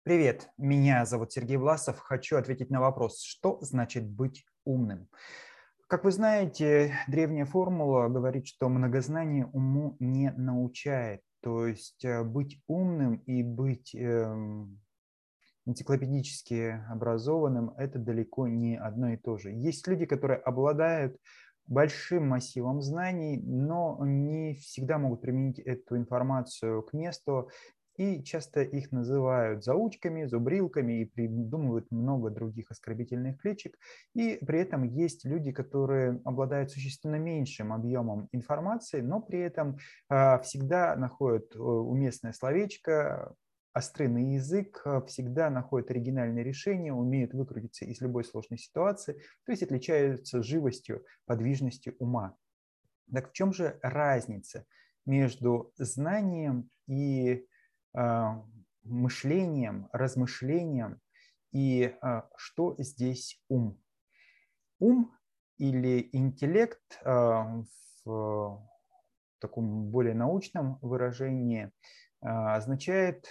Привет, меня зовут Сергей Власов. Хочу ответить на вопрос, что значит быть умным. Как вы знаете, древняя формула говорит, что многознание уму не научает. То есть быть умным и быть энциклопедически образованным – это далеко не одно и то же. Есть люди, которые обладают большим массивом знаний, но не всегда могут применить эту информацию к месту, и часто их называют заучками, зубрилками и придумывают много других оскорбительных кличек. И при этом есть люди, которые обладают существенно меньшим объемом информации, но при этом всегда находят уместное словечко, остры на язык, всегда находят оригинальные решения, умеют выкрутиться из любой сложной ситуации, то есть отличаются живостью, подвижностью ума. Так в чем же разница между знанием и мышлением, размышлением, и что здесь ум? Ум или интеллект в таком более научном выражении означает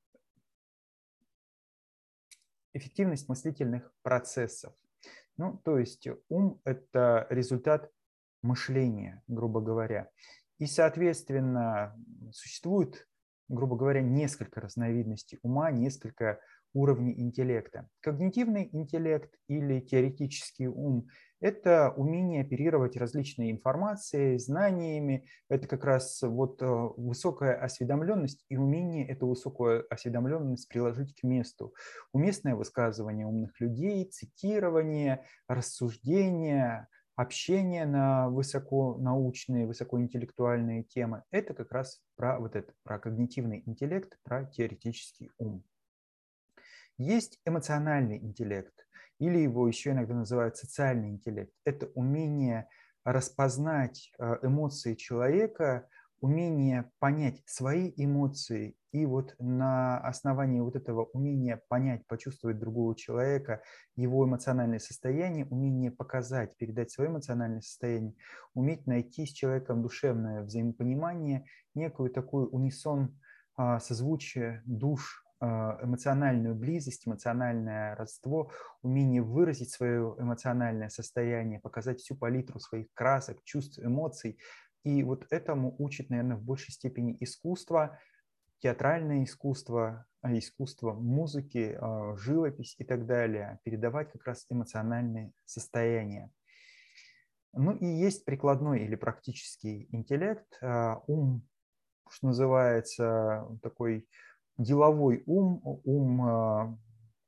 эффективность мыслительных процессов. Ну, то есть ум – это результат мышления, грубо говоря. И, соответственно, существует, грубо говоря, несколько разновидностей ума, несколько уровней интеллекта. Когнитивный интеллект или теоретический ум – это умение оперировать различной информацией, знаниями. Это как раз вот высокая осведомленность и умение эту высокую осведомленность приложить к месту. Уместное высказывание умных людей, цитирование, рассуждение, общение на высоконаучные, высокоинтеллектуальные темы. Это как раз про вот это, про когнитивный интеллект, про теоретический ум. Есть эмоциональный интеллект, или его еще иногда называют социальный интеллект. Это умение распознать эмоции человека, умение понять свои эмоции, и вот на основании вот этого умения понять, почувствовать другого человека, его эмоциональное состояние, умение показать, передать свое эмоциональное состояние, уметь найти с человеком душевное взаимопонимание, некую такую унисон, созвучие душ, эмоциональную близость, эмоциональное родство, умение выразить свое эмоциональное состояние, показать всю палитру своих красок, чувств, эмоций. И вот этому учит, наверное, в большей степени искусство, театральное искусство, искусство музыки, живопись и так далее, передавать как раз эмоциональные состояния. Ну и есть прикладной или практический интеллект, ум, что называется, такой деловой ум, ум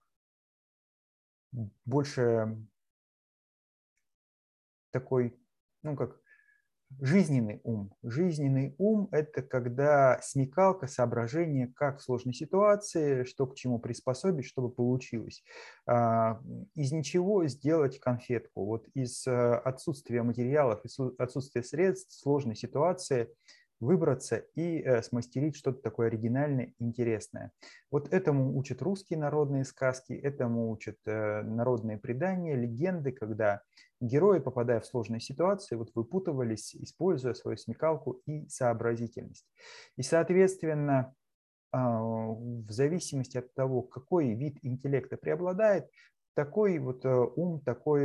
больше такой, ну как жизненный ум. Жизненный ум – это когда смекалка, соображение, как в сложной ситуации, что к чему приспособить, чтобы получилось. Из ничего сделать конфетку. Вот из отсутствия материалов, из отсутствия средств, сложной ситуации выбраться и смастерить что-то такое оригинальное, интересное. Вот этому учат русские народные сказки, этому учат народные предания, легенды, когда герои, попадая в сложные ситуации, вот выпутывались, используя свою смекалку и сообразительность. И, соответственно, в зависимости от того, какой вид интеллекта преобладает, такой вот ум,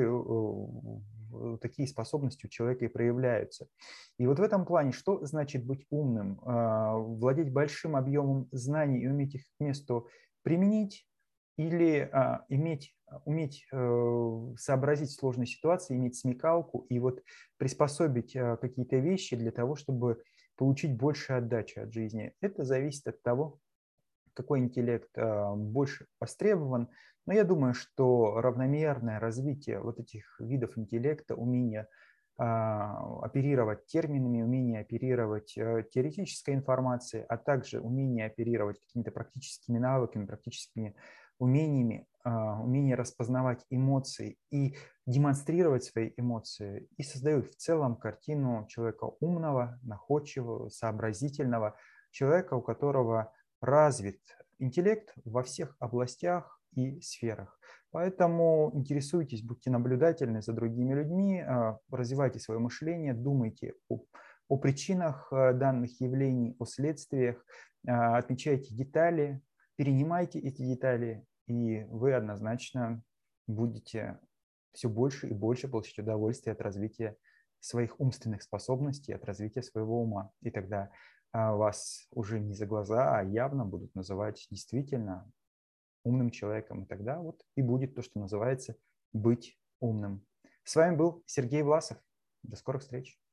такие способности у человека и проявляются. И вот в этом плане, что значит быть умным? Владеть большим объемом знаний и уметь их к месту применить, или уметь сообразить в сложной ситуации, иметь смекалку и вот приспособить какие-то вещи для того, чтобы получить больше отдачи от жизни. Это зависит от того, какой интеллект больше востребован. Но я думаю, что равномерное развитие вот этих видов интеллекта, умение оперировать терминами, умение оперировать теоретической информацией, а также умение оперировать какими-то практическими навыками, практическими умениями, умение распознавать эмоции и демонстрировать свои эмоции, и создают в целом картину человека умного, находчивого, сообразительного, человека, у которого развит интеллект во всех областях и сферах. Поэтому интересуйтесь, будьте наблюдательны за другими людьми, развивайте свое мышление, думайте о причинах данных явлений, о следствиях, отмечайте детали, перенимайте эти детали, и вы однозначно будете все больше и больше получать удовольствие от развития своих умственных способностей, от развития своего ума. И тогда вас уже не за глаза, а явно будут называть действительно умным человеком. И тогда вот и будет то, что называется быть умным. С вами был Сергей Власов. До скорых встреч.